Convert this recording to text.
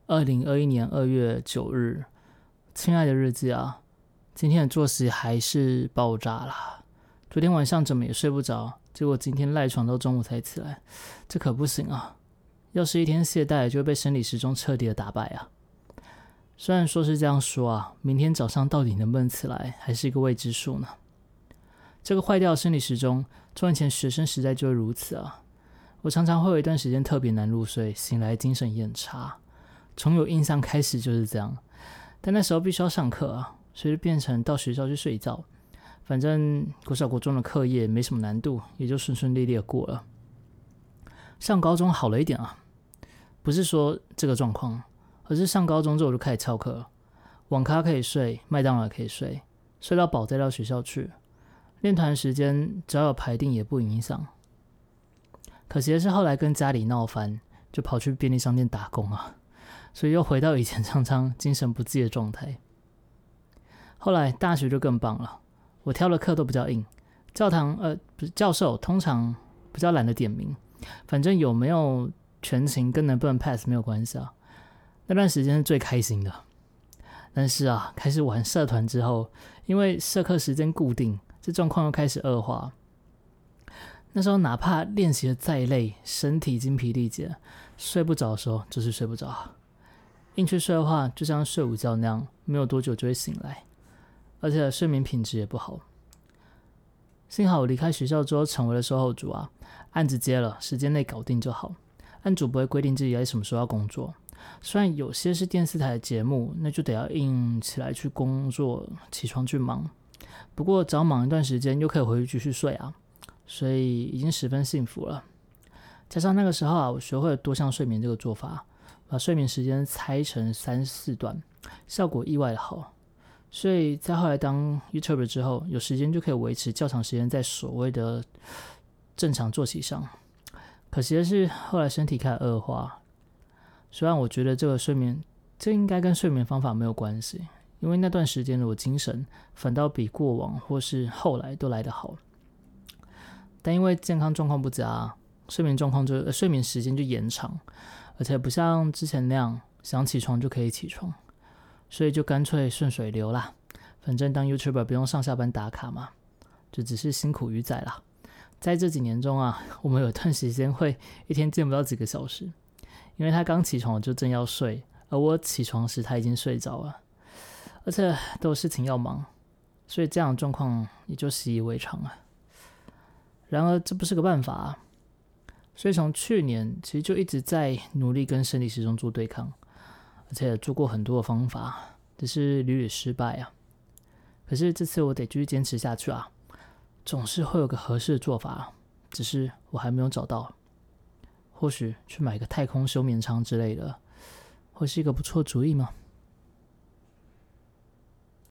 2021年2月9日，亲爱的日记啊，今天的作息还是爆炸啦。昨天晚上怎么也睡不着，结果今天赖床到中午才起来，这可不行啊！要是一天懈怠，就会被生理时钟彻底的打败啊。虽然说是这样说啊，明天早上到底能不能起来，还是一个未知数呢。这个坏掉的生理时钟，从以前学生时代就会如此啊。我常常会有一段时间特别难入睡，醒来精神也很差。从有印象开始就是这样，但那时候必须要上课啊，所以就变成到学校去睡觉。反正国小国中的课业没什么难度，也就顺顺利利的过了。上高中好了一点啊，不是说这个状况，而是上高中之后我就开始翘课了。网咖可以睡，麦当劳也可以睡，睡到饱再到学校去。练团时间只要有排定也不影响。可惜的是后来跟家里闹翻，就跑去便利商店打工啊，所以又回到以前常常精神不济的状态。后来大学就更棒了，我挑的课都比较硬，教授通常比较懒得点名，反正有没有全勤跟能不能 pass 没有关系啊。那段时间是最开心的。但是啊，开始玩社团之后，因为社课时间固定，这状况又开始恶化。那时候哪怕练习的再累，身体精疲力竭，睡不着的时候就是睡不着。硬去睡的话，就像睡午觉那样，没有多久就会醒来，而且睡眠品质也不好。幸好我离开学校之后成为了售后组啊，案子接了，时间内搞定就好。案主不会规定自己在什么时候要工作，虽然有些是电视台的节目，那就得要硬起来去工作，起床去忙。不过只要忙一段时间，又可以回去继续睡啊。所以已经十分幸福了。加上那个时候啊，我学会了多项睡眠这个做法，把睡眠时间拆成3-4段，效果意外的好。所以在后来当 YouTuber 之后，有时间就可以维持较长时间在所谓的正常作息上。可惜的是，后来身体开始恶化。虽然我觉得这应该跟睡眠方法没有关系，因为那段时间的我精神反倒比过往或是后来都来得好。但因为健康状况不佳，睡眠时间就延长，而且不像之前那样想起床就可以起床，所以就干脆顺水流啦。反正当 YouTuber 不用上下班打卡嘛，就只是辛苦鱼仔啦。在这几年中啊，我们有段时间会一天见不到几个小时，因为他刚起床我就正要睡，而我起床时他已经睡着了，而且都有事情要忙，所以这样的状况也就习以为常了。然而这不是个办法啊，所以从去年其实就一直在努力跟生理时钟做对抗，而且做过很多的方法，只是屡屡失败啊。可是这次我得继续坚持下去啊，总是会有个合适的做法，只是我还没有找到。或许去买个太空休眠舱之类的，会是一个不错主意吗？